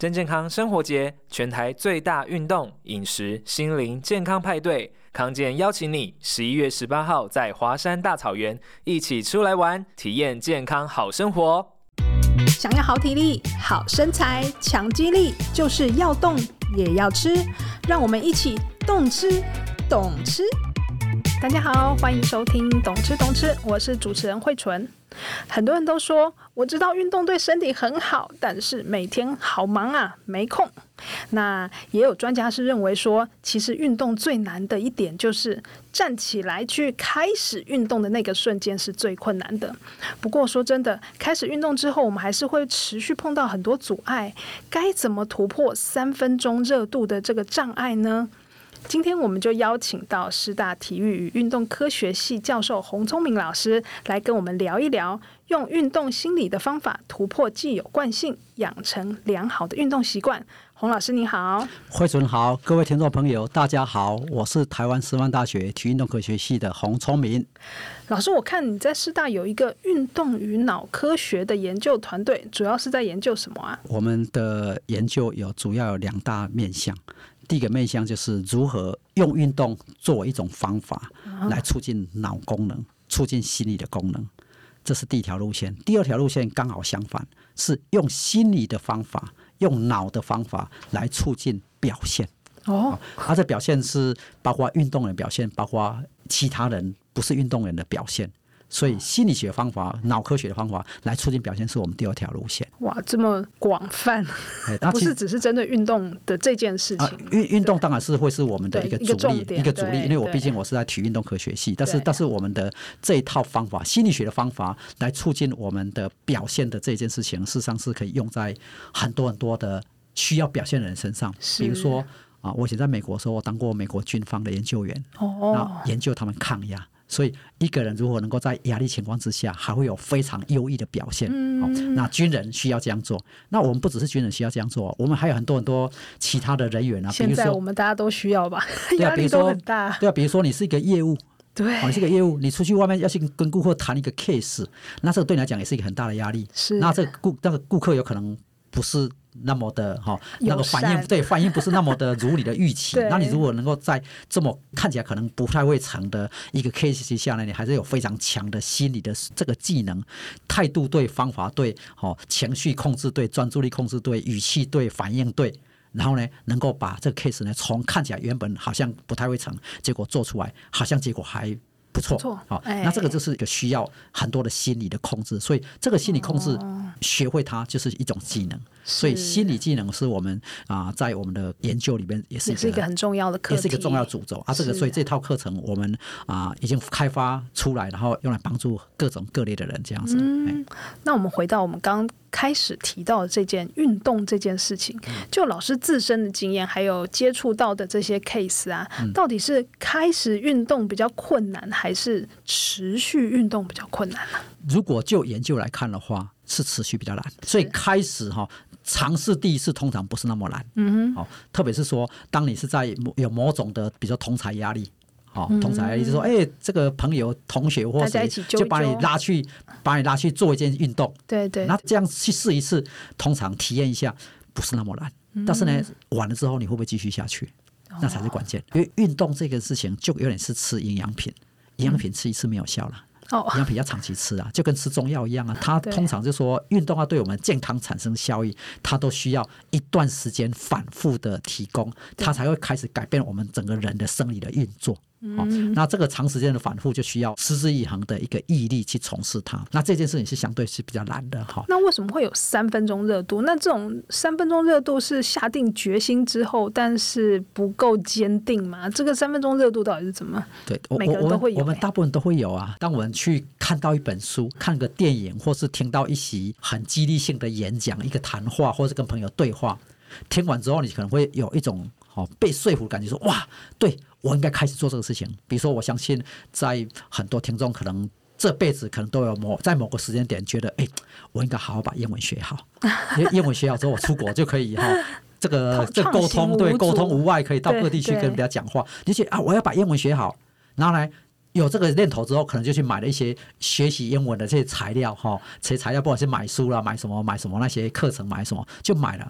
真健康生活节，全台最大运动、饮食、心灵健康派对，康健邀请你11月18号在华山大草原一起出来玩，体验健康好生活。 想要好体力、好身材、强肌力，就是要动也要吃。让我们一起动吃、懂吃。大家好，欢迎收听懂吃懂吃，我是主持人慧纯。很多人都说我知道运动对身体很好，但是每天好忙啊，没空。那也有专家是认为说，其实运动最难的一点就是站起来去开始运动的那个瞬间是最困难的。不过说真的，开始运动之后，我们还是会持续碰到很多阻碍，该怎么突破3分钟热度的这个障碍呢？今天我们就邀请到师大体育与运动科学系教授洪聪明老师来跟我们聊一聊，用运动心理的方法突破既有惯性，养成良好的运动习惯。洪老师你好。 慧纯好，各位听众朋友大家好，我是台湾师范大学体育运动科学系的洪聪明。 老师，我看你在师大有一个运动与脑科学的研究团队，主要是在研究什么啊？ 我们的研究主要有2大面向。第一个面向就是如何用运动作为一种方法来促进脑功能，促进心理的功能，这是第一条路线。第二条路线刚好相反，是用心理的方法，用脑的方法来促进表现。这表现是包括运动员的表现，包括其他人不是运动员的表现。所以心理学方法、脑科学的方法来促进表现是我们第2条路线。 哇，这么广泛，不是只是针对运动的这件事情。 运动当然是会是我们的一个主力，因为毕竟我是在体育运动科学系，但是我们的这一套方法，心理学的方法来促进我们的表现的这件事情，事实上是可以用在很多很多的需要表现的人身上。比如说我以前在美国的时候，我当过美国军方的研究员，那研究他们抗压。所以一个人如果能够在压力情况之下还会有非常优异的表现，那军人需要这样做。那我们不只是军人需要这样做，我们还有很多很多其他的人员啊。 现在我们大家都需要吧，压力都很大。 对啊，比如说你是一个业务， 对， 你是个业务，你出去外面要去跟顾客谈一个 case， 那这个对你来讲也是一个很大的压力。 是， 那这个顾客有可能不是那么的那个反应不是那么的如你的预期。那你如果能够在这么看起来可能不太会成的一个 case 下来，你还是有非常强的心理的这个技能，态度对，方法对，情绪控制对，专注力控制对，语气对，反应对，然后呢能够把这个 case 呢从看起来原本好像不太会成，结果做出来好像结果还不错。那这个就是一个需要很多的心理的控制，所以这个心理控制学会它就是一种技能。所以心理技能是我们在我们的研究里面也是一个很重要的课题， 也是一个重要主轴所以这套课程我们已经开发出来，然后用来帮助各种各类的人这样子。 那我们回到我们刚开始提到的这件运动这件事情，就老师自身的经验还有接触到的这些 case 到底是开始运动比较困难，还是持续运动比较困难呢？ 如果就研究来看的话，是持续比较难。所以开始尝试第一次通常不是那么难。特别是说当你是在有某种的比如说同侪压力，同侪压力就是说这个朋友同学或谁就把你拉去做一件运动， 对， 那这样去试一次，通常体验一下不是那么难。但是呢完了之后你会不会继续下去，那才是关键。因为运动这个事情就有点是吃营养品，营养品吃一次没有效了，营养品要长期吃就跟吃中药一样它通常就说运动要对我们健康产生效益，它都需要一段时间反复的提供，它才会开始改变我们整个人的生理的运作。那这个长时间的反复就需要持之以恒的一个毅力去从事它，那这件事情是相对是比较难的。 那为什么会有3分钟热度？那这种3分钟热度是下定决心之后但是不够坚定吗？这个3分钟热度到底是怎么？ 对， 每个人都会有。 我们大部分都会有当我们去看到一本书，看个电影，或是听到一席很激励性的演讲，一个谈话，或是跟朋友对话，听完之后你可能会有一种被说服的感觉，说哇，对，我应该开始做这个事情。比如说我相信在很多听众可能这辈子可能都有在某个时间点觉得我应该好好把英文学好，因为英文学好之后我出国就可以这沟通无碍，可以到各地去跟人家讲话，你就觉得我要把英文学好，然后呢有这个念头之后，可能就去买了一些学习英文的这些材料这些材料不管是买书啦，买什么那些课程，买什么就买了。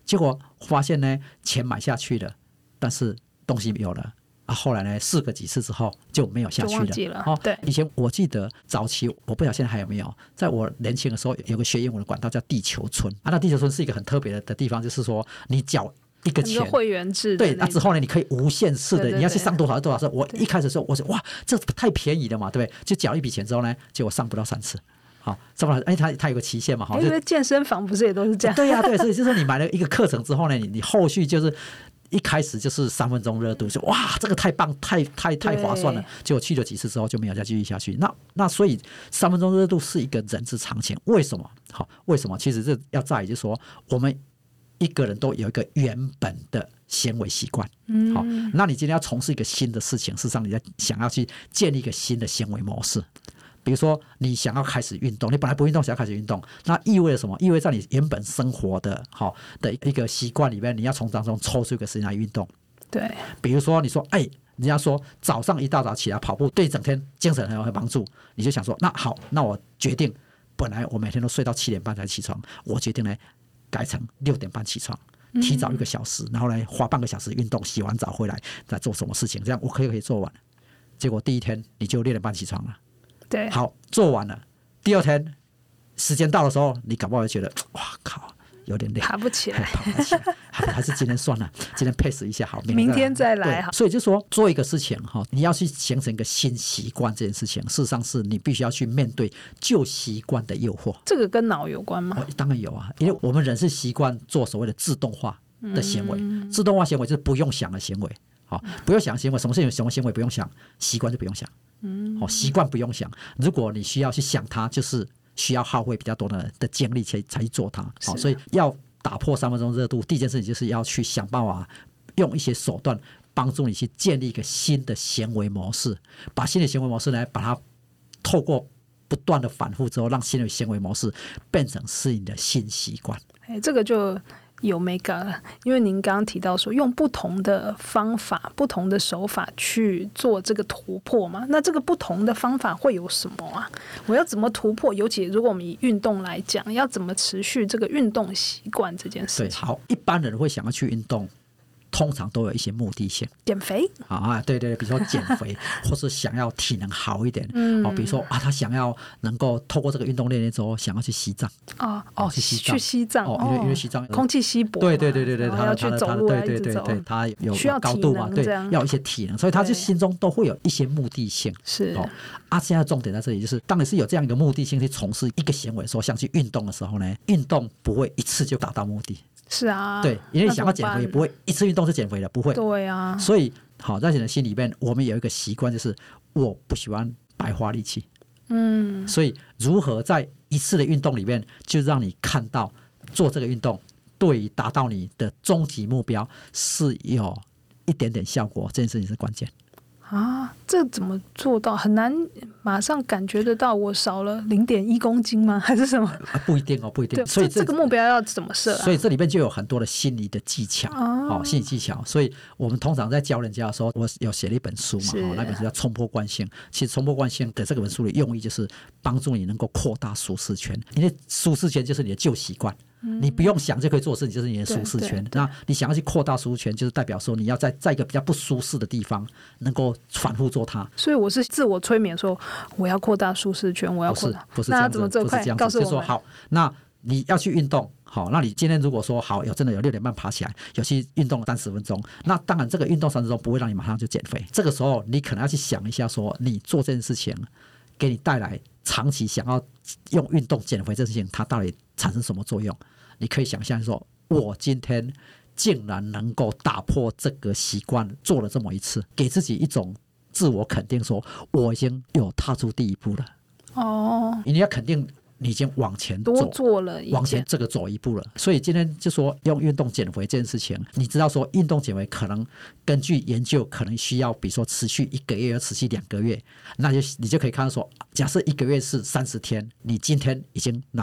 结果发现呢，钱买下去了，但是东西有了。后来呢，试个几次之后就没有下去了， 就忘记了。对， 以前我记得早期，我不知道现在还有没有，在我年轻的时候有个学英文的管道叫地球村那地球村是一个很特别的地方，就是说你缴一个钱， 会员制的对，之后呢，你可以无限次的，你要去上多少多少次。我一开始的时候，我说哇，这太便宜了嘛，对不对？就缴一笔钱之后呢，结果上不到3次。好，上不到，它有个期限嘛， 因为健身房不是也都是这样？ 对呀，对，所以就是你买了一个课程之后呢，你后续就是。一开始就是3分钟热度，说哇这个太棒太划算了，结果去了几次之后就没有再继续下去。那所以3分钟热度是一个人之常情。为什么？好，为什么？其实这要在于就是说，我们一个人都有一个原本的行为习惯。好，那你今天要从事一个新的事情，事实上你在想要去建立一个新的行为模式。比如说你想要开始运动，你本来不运动想要开始运动，那意味着什么？意味着你原本生活的一个习惯里面，你要从当中抽出一个时间来运动。 对， 比如说你说人家说早上一大早起来跑步对整天精神很有帮助，你就想说那好，那我决定，本来我每天都睡到7点半才起床，我决定呢改成6点半起床，提早1个小时，然后呢花半个小时运动，洗完澡回来再做什么事情，这样我可以做完。结果第一天你就6点半起床了。 对， 好，做完了，第二天时间到的时候，你搞不好会觉得哇靠，有点累， 爬不起来， 还是今天算了，今天pace一下好， 明天再来好。 所以就说做一个事情你要去形成一个新习惯，这件事情事实上是你必须要去面对旧习惯的诱惑。 这个跟脑有关吗？ 当然有啊，因为我们人是习惯做所谓的自动化的行为，自动化行为就是不用想的行为。好，不用想行为，什么事情什么行为不用想，习惯就不用想。习惯不用想，如果你需要去想它，就是需要耗费比较多的精力才去做它。所以要打破3分钟热度，第一件事情就是要去想办法用一些手段帮助你去建立一个新的行为模式，把新的行为模式呢，把它透过不断的反复之后，让新的行为模式变成是你的新习惯。 这个就有美感了，因为您刚刚提到说用不同的方法、不同的手法去做这个突破嘛，那这个不同的方法会有什么啊？我要怎么突破？尤其如果我们以运动来讲，要怎么持续这个运动习惯这件事情？ 对，好，一般人会想要去运动，通常都有一些目的性， 减肥对，比如说减肥，或是想要体能好一点，比如说他想要能够透过这个运动练练之后，想要去西藏去西藏因为西藏空气稀薄， 对， 他要去走路， 对，他有需要高度嘛，对，要一些体能，所以他就心中都会有一些目的性。 是现在重点在这里，就是当你是有这样一个目的性去从事一个行为的时候，像去运动的时候呢，运动不会一次就达到目的。 是啊， 对，因为想要减肥也不会一次运动就减肥了，不会。 对啊， 所以好，在你的心里面，我们有一个习惯，就是我不喜欢白花力气。所以如何在一次的运动里面，就让你看到做这个运动对于达到你的终极目标是有一点点效果，这件事情是关键。 这怎么做到？很难马上感觉得到我少了0.1公斤吗？还是什么？ 不一定不一定。所以这个目标要怎么设所以这里面就有很多的心理的技巧，心理技巧。所以我们通常在教人家的时候，我有写了一本书嘛，那本书叫《冲破惯性》。其实冲破惯性的这个本书的用意就是帮助你能够扩大舒适圈，因为舒适圈就是你的旧习惯。你不用想就可以做的事情，就是你的舒适圈。那你想要去扩大舒适圈，就是代表说你要在一个比较不舒适的地方能够反复做它。 所以我是自我催眠说我要扩大舒适圈，我要扩大。 不是这样子， 那怎么这块告诉我们？ 就是说好，那你要去运动，好，那你今天如果说好真的有6点半爬起来，有去运动30分钟，那当然这个运动30分钟不会让你马上就减肥。这个时候你可能要去想一下说，你做这件事情给你带来长期想要用运动减肥这件事情，它到底产生什么作用？你可以想象说，我今天竟然能够打破这个习惯，做了这么一次，给自己一种自我肯定，说我已经有踏出第一步了。你要肯定你已经往前走， 多做了往前这个走一步了。所以今天就说用运动减肥这件事情，你知道说运动减肥可能根据研究可能需要比如说持续1个月要持续2个月，那你就可以看到说，假设1个月是30天，你今天已经拿掉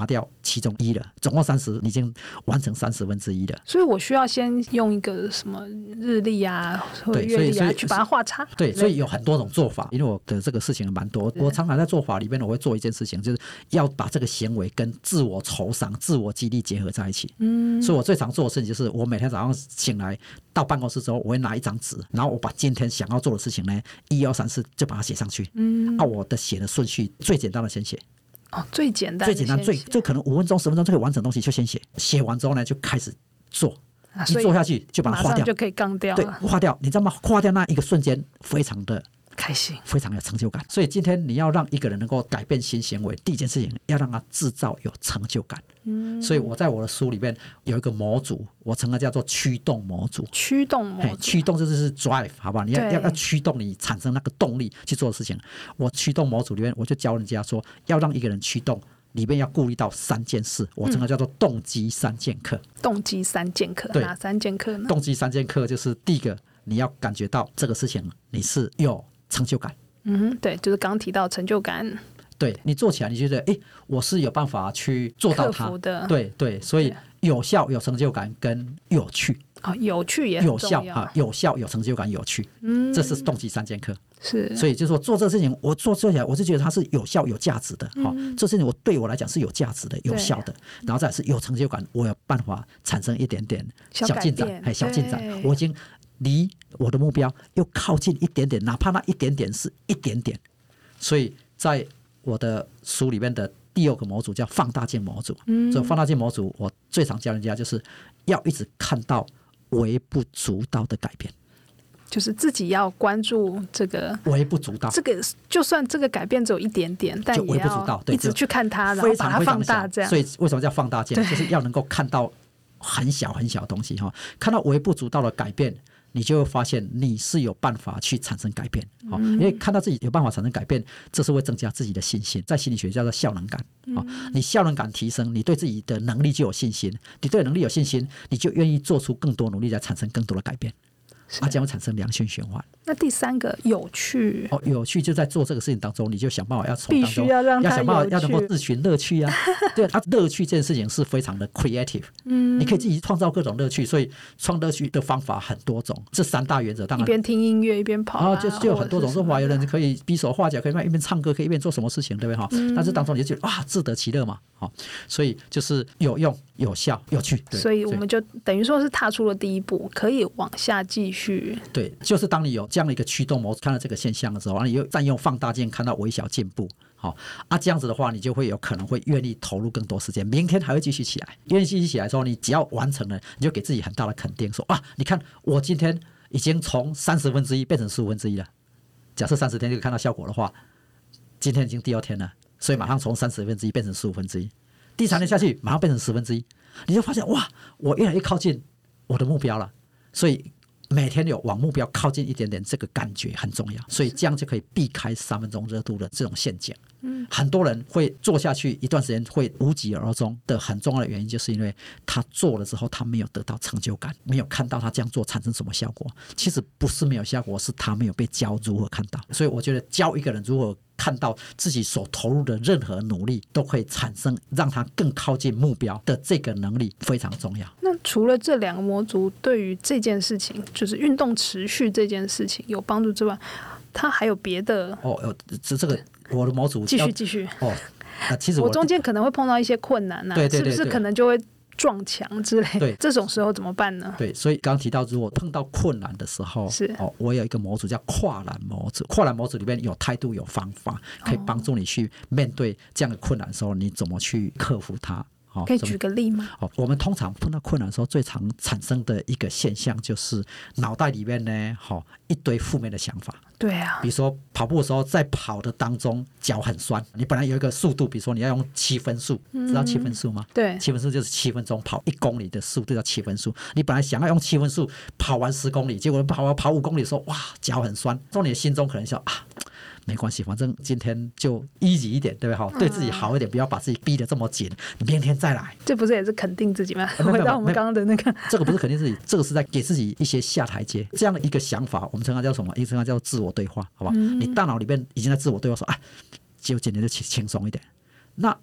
其中一了，总共30，你已经完成1/30了。 所以我需要先用一个什么日历啊或者月历啊去把它画叉。 对，所以有很多种做法，因为我的这个事情蛮多，我常常在做法里面我会做一件事情，就是要把这个行为跟自我酬赏、自我激励结合在一起。所以我最常做的事情就是我每天早上醒来到办公室之后，我会拿一张纸，然后我把今天想要做的事情呢1、2、3、4就把它写上去。我的写的顺序最简单的先写。 最简单最可能5分钟10分钟就可以完成的东西就先写，写完之后呢就开始做，一做下去就把它划掉， 马上就可以杠掉了。 对，划掉，你知道吗？划掉那一个瞬间非常的开心， 非常有成就感。所以今天你要让一个人能够改变新行为，第一件事情要让他制造有成就感。所以我在我的书里面有一个模组，我称它叫做驱动模组。驱动就是 drive， 好不好？你要驱动你产生那个动力去做的事情。我驱动模组里面我就教人家说，要让一个人驱动，里面要顾虑到3件事，我称它叫做动机3剑客。 动机3剑客，哪3剑客呢？ 动机3剑客就是第一个，你要感觉到这个事情你是有成就感。 对，就是刚提到成就感。 对，你做起来你觉得我是有办法去做到它的。对，所以有效、有成就感跟有趣。 有趣也很重要。 有效、有成就感、有趣，这是动机3剑客。 是， 所以就是说做这个事情，我做起来我就觉得它是有效、有价值的。这事情对我来讲是有价值的、有效的，然后再是有成就感，我有办法产生一点点小进展，小进展，我已经离我的目标又靠近一点点，哪怕那一点点是一点点。所以在我的书里面的第2个模组叫放大镜模组。所以放大镜模组我最常教人家就是要一直看到微不足道的改变， 就是自己要关注这个微不足道， 这个就算这个改变只有一点点，但也要一直去看它，然后把它放大，这样。 所以为什么叫放大镜？就是要能够看到很小很小的东西，看到微不足道的改变，你就会发现你是有办法去产生改变。因为看到自己有办法产生改变，这是会增加自己的信心，在心理学叫做效能感。你效能感提升，你对自己的能力就有信心，你对能力有信心，你就愿意做出更多努力来产生更多的改变，将会产生良性循环。 那第3个有趣。 有趣就在做这个事情当中，你就想办法要从当中必须要让它有趣， 要想办法要能够自寻乐趣啊。对，乐趣这件事情是非常的 creative。你可以自己创造各种乐趣，所以创乐趣的方法很多种。这3大原则，当然一边听音乐一边跑就有很多种做法。有人可以比手画脚，可以一边唱歌，可以一边做什么事情，对不对？但是当中你就觉得自得其乐嘛。所以就是有用、有效、有趣。 所以我们就等于说是踏出了第一步，可以往下继续。 对，就是当你有这样的一个驱动模式看到这个现象的时候，你又占用放大镜看到微小进步，这样子的话你就会有可能会愿意投入更多时间，明天还会继续起来。愿意继续起来的时候，你只要完成了，你就给自己很大的肯定，说你看我今天已经从1/30变成1/15了。假设30天就看到效果的话，今天已经第2天了，所以马上从1/30变成1/15，第3天下去马上变成1/10，你就发现我越来越靠近我的目标了。所以每天有往目标靠近一点点，这个感觉很重要，所以这样就可以避开3分钟热度的这种陷阱。很多人会做下去一段时间会无疾而终的很重要的原因，就是因为他做了之后他没有得到成就感，没有看到他这样做产生什么效果。其实不是没有效果，是他没有被教如何看到。所以我觉得教一个人如何看到自己所投入的任何努力都可以产生让他更靠近目标的这个能力非常重要。 那除了这2个模组对于这件事情，就是运动持续这件事情有帮助之外，它还有别的这个我的模组继续其实我中间可能会碰到一些困难啊，是不是可能就会撞墙之类的？对，这种时候怎么办呢？ 对，所以刚刚提到，如果碰到困难的时候，我有一个模组叫跨栏模组。跨栏模组里面有态度、有方法，可以帮助你去面对这样的困难的时候，你怎么去克服它。 可以举个例吗？ 我们通常碰到困难的时候，最常产生的一个现象就是脑袋里面呢，一堆负面的想法。 对啊， 比如说跑步的时候，在跑的当中脚很酸，你本来有一个速度，比如说你要用7分速，知道7分速吗？ 对 ，7分速就是7分钟跑1公里的速度叫7分速。你本来想要用7分速跑完10公里，结果跑5公里的时候，脚很酸，从你的心中可能想没关系，反正今天就easy一点，对不对？对自己好一点，不要把自己逼得这么紧，明天再来。 这不是也是肯定自己吗？回到我们刚刚的那个， 这个不是肯定自己，这个是在给自己一些下台阶。这样的一个想法，我们称它叫什么？一个称它叫自我对话，好吧？你大脑里面已经在自我对话说，就今天就轻松一点。那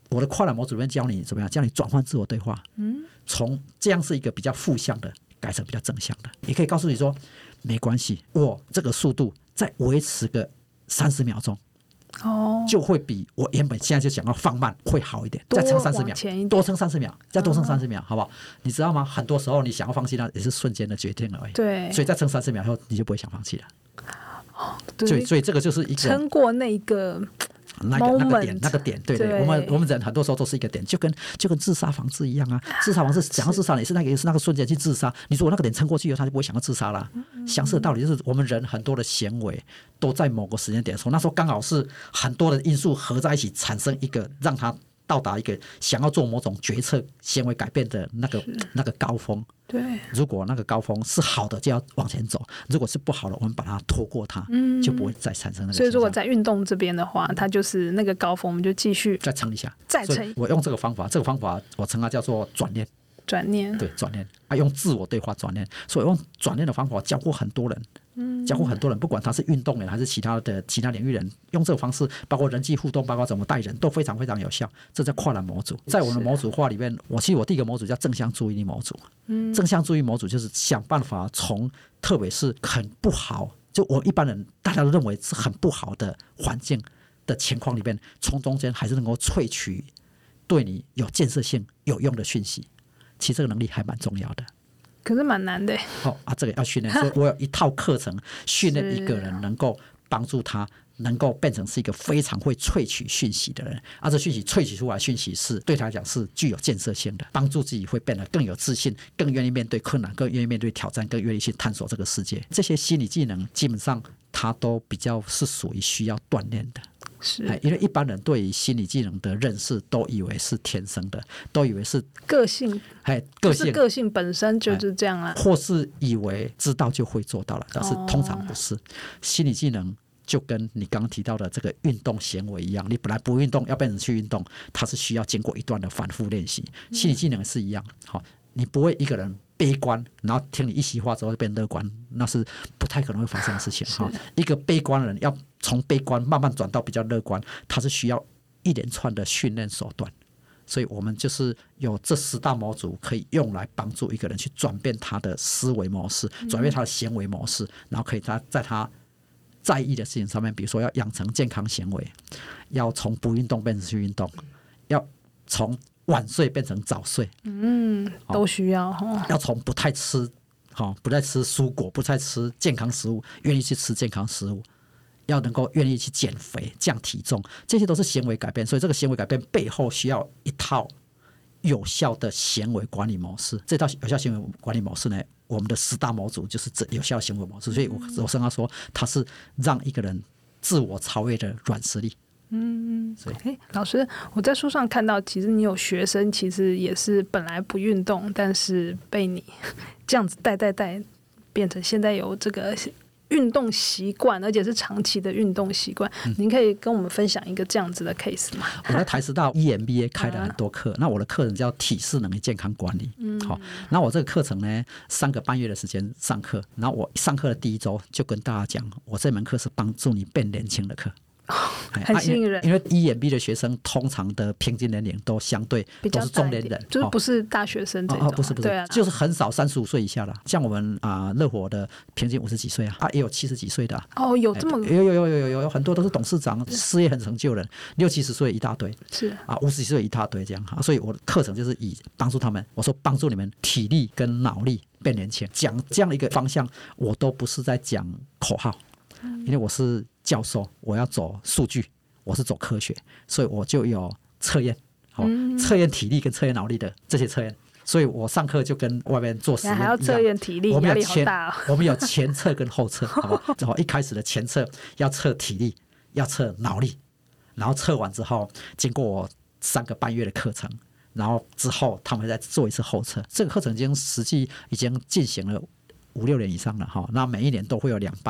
我的跨栏模组里面教你怎么样，教你转换自我对话，从这样是一个比较负向的改成比较正向的。也可以告诉你说，没关系，我这个速度再维持个30秒钟，就会比我原本现在就想要放慢会好一点，再撑30秒，多撑30秒，再多撑30秒，好不好？你知道吗？很多时候你想要放弃，那也是瞬间的决定而已。 对， 所以再撑30秒后，你就不会想放弃了。所以这个就是一个撑过那个。 那个点，对，我们人很多时候都是一个点，就跟自杀防治一样啊。自杀防治想要自杀，也是那个瞬间去自杀。你如果那个点撑过去以后，他就不会想要自杀了。相似的道理就是，我们人很多的行为都在某个时间点的时候，那时候刚好是很多的因素合在一起，产生一个让他到达一个想要做某种决策行为改变的那个高峰。 对， 如果那个高峰是好的，就要往前走；如果是不好的，我们把它拖过它，就不会再产生那个。 所以，如果在运动这边的话，它就是那个高峰，我们就继续再撑一下， 再撑。 我用这个方法我称它叫做转念。对，转念用自我对话转念。所以用转念的方法教过很多人，不管他是运动人还是其他领域人，用这个方式，包括人际互动，包括怎么带人，都非常非常有效。这叫跨栏模组。在我们的模组化里面，我第一个模组叫正向注意力模组。正向注意模组就是想办法从特别是很不好，就我一般人大家都认为是很不好的环境的情况里面，从中间还是能够萃取对你有建设性、有用的讯息。其实这个能力还蛮重要的， 可是蛮难的。 这个要训练，所以我有一套课程训练一个人，能够帮助他能够变成是一个非常会萃取讯息的人。这讯息萃取出来的讯息是对他来讲是具有建设性的，帮助自己会变得更有自信，更愿意面对困难，更愿意面对挑战，更愿意去探索这个世界。这些心理技能基本上它都比较是属于需要锻炼的。因为一般人对于心理技能的认识都以为是天生的，都以为是个性本身就是这样啊， 或是以为知道就会做到了，但是通常不是。心理技能就跟你刚刚提到的这个运动行为一样，你本来不运动要变成去运动，它是需要经过一段的反复练习。心理技能是一样，你不会一个人悲观，然后听你一席话之后就变乐观，那是不太可能会发生的事情。一个悲观的人要从悲观慢慢转到比较乐观，他是需要一连串的训练手段。所以我们就是有这10大模组可以用来帮助一个人去转变他的思维模式，转变他的行为模式，然后可以在他在意的事情上面，比如说要养成健康行为，要从不运动变成去运动，要从晚睡变成早睡， 都需要。 要从不太吃蔬果，不太吃健康食物，愿意去吃健康食物，要能够愿意去减肥、降体重，这些都是行为改变。所以这个行为改变背后需要一套有效的行为管理模式。这套有效行为管理模式呢，我们的10大模组就是有效行为模式。所以我常常说，它是让一个人自我超越的软实力。 老师，我在书上看到，其实你有学生，其实也是本来不运动，但是被你这样子带，变成现在有这个运动习惯，而且是长期的运动习惯。您可以跟我们分享一个这样子的 case 吗？ 我在台师大 EMBA 开了很多课，那我的课程叫体适能力健康管理。那我这个课程呢，3个半月的时间上课，然后我上课的第1周就跟大家讲，我这门课是帮助你变年轻的课。 很吸引人， 因为 EMB 的学生通常的平均年龄都相对都是中年人， 就是不是大学生这种。 不是，对啊，就是很少35岁以下的。像我们乐活的平均50几岁也有70几岁的。 有这么有很多都是董事长，事业很成就人，60、70岁一大堆， 是 50几岁一大堆这样。所以我的课程就是以帮助他们，我说帮助你们体力跟脑力变年轻，讲这样的一个方向，我都不是在讲口号，因为我是教授，我要走数据，我是走科学，所以我就有测验，测验体力跟测验脑力的这些测验。所以我上课就跟外面做实验一样， 还要测验体力，压力好大我们有前测跟后测，好不好？一开始的前测要测体力，要测脑力，然后测完之后，经过我3个半月的课程，然后之后他们再做一次后测。这个课程实际已经进行了5、6年以上了，那每一年都会有2班。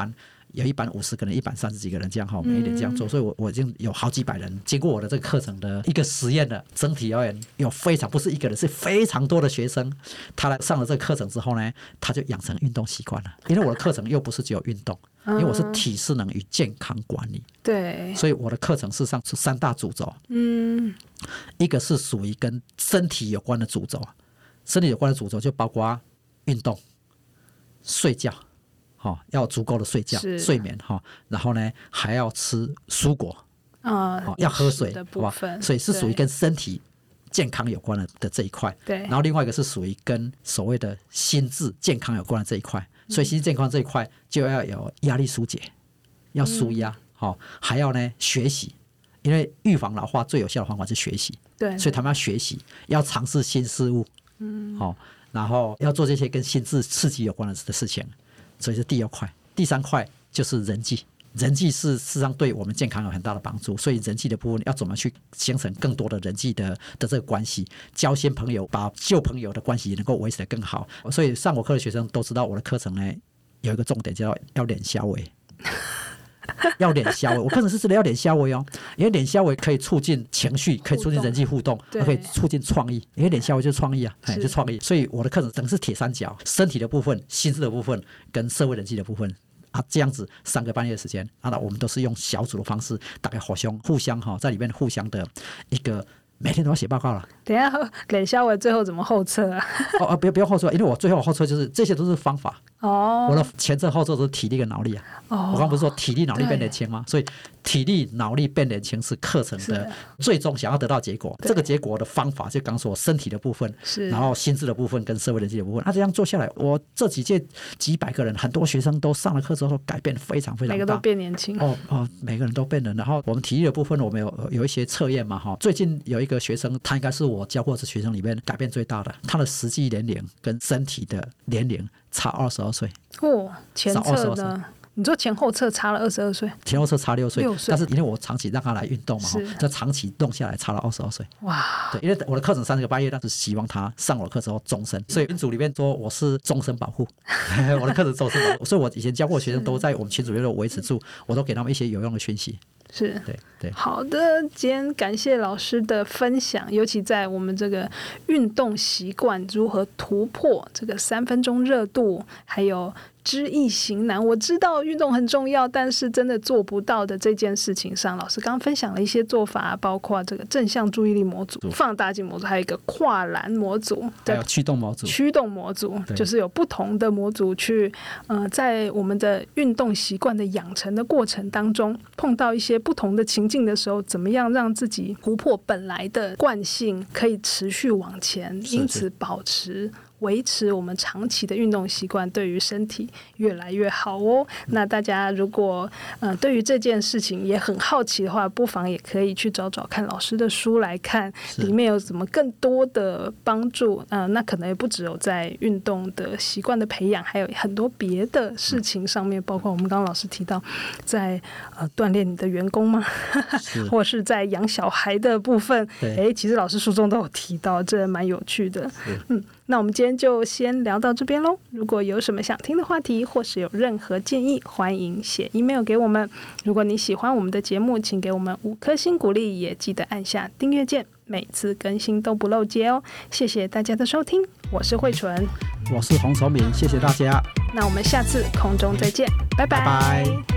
有一班50个人，一班30几个人这样每一年这样做，所以我已经有好几百人经过我的这个课程的一个实验了。整体而言，有非常不是一个人，是非常多的学生，他来上了这个课程之后呢，他就养成运动习惯了。因为我的课程又不是只有运动，因为我是体适能与健康管理， 对， 所以我的课程事实上是3大主轴。一个是属于跟身体有关的主轴，身体有关的主轴就包括运动、睡觉，要足够的睡觉、睡眠，然后呢还要吃蔬果，要喝水，好吧？所以是属于跟身体健康有关的这一块。对，然后另外一个是属于跟所谓的心智健康有关的这一块。所以心智健康这一块就要有压力疏解，要舒压，还要呢学习。因为预防老化最有效的方法是学习，对，所以他们要学习，要尝试新事物，然后要做这些跟心智刺激有关的事情，所以是第2块。第3块就是人际，人际是事实上对我们健康有很大的帮助，所以人际的部分要怎么去形成更多的人际的这个关系，交新朋友，把旧朋友的关系能够维持得更好。所以上我课的学生都知道我的课程呢有一个重点叫要脸消微。要脸消微，我课程是真的要脸消微哦，因为脸消微可以促进情绪，可以促进人际互动，可以促进创意。因为脸消微就是创意啊，就创意。所以我的课程整个是铁三角：身体的部分、心智的部分跟社会人际的部分。这样子3个半月的时间，我们都是用小组的方式，大概互相在里面互相的一个。每天都要写报告了。 等一下，脸消微最后怎么后测啊？ 不用后测，因为我最后后测就是这些都是方法。我的前测后测都是体力跟脑力啊。我刚不是说体力脑力变年轻吗？所以体力脑力变年轻是课程的最终想要得到结果。这个结果的方法就刚说身体的部分，然后心智的部分跟社会人际的部分。这样做下来，我这几届几百个人，很多学生都上了课之后改变非常非常大， 每个都变年轻。 每个人都变了。然后我们体力的部分，我们有一些测验嘛，最近有一个学生，他应该是我教过的学生里面改变最大的，他的实际年龄跟身体的年龄差22岁。 前测呢？你说前后测差了22岁， 前后测差6岁，但是因为我长期让他来运动嘛，就长期动下来差了22岁。哇！对，因为我的课程3个半月，但是希望他上我的课之后终身，所以群组里面说我是终身保护，我的课程终身保护，所以我以前教过的学生都在我们群组里面维持住，我都给他们一些有用的讯息。 是， 对， 好的，今天感谢老师的分享，尤其在我们这个运动习惯如何突破这个3分钟热度，还有知易行难，我知道运动很重要，但是真的做不到的这件事情上，老师刚刚分享了一些做法，包括这个正向注意力模组、放大镜模组，还有一个跨栏模组， 还有驱动模组。 驱动模组就是有不同的模组去在我们的运动习惯的养成的过程当中，碰到一些不同的情境的时候，怎么样让自己突破本来的惯性，可以持续往前，因此维持我们长期的运动习惯，对于身体越来越好哦。那大家如果对于这件事情也很好奇的话，不妨也可以去找找看老师的书来看，里面有什么更多的帮助。那可能也不只有在运动的习惯的培养，还有很多别的事情上面，包括我们刚刚老师提到在锻炼你的员工吗？或是在养小孩的部分，其实老师书中都有提到，这蛮有趣的。那我们今天就先聊到这边咯。如果有什么想听的话题，或是有任何建议，欢迎写 email 给我们。如果你喜欢我们的节目，请给我们5颗星鼓励，也记得按下订阅键，每次更新都不漏接哦。谢谢大家的收听，我是慧纯， 我是洪崇敏，谢谢大家。 那我们下次空中再见，拜拜。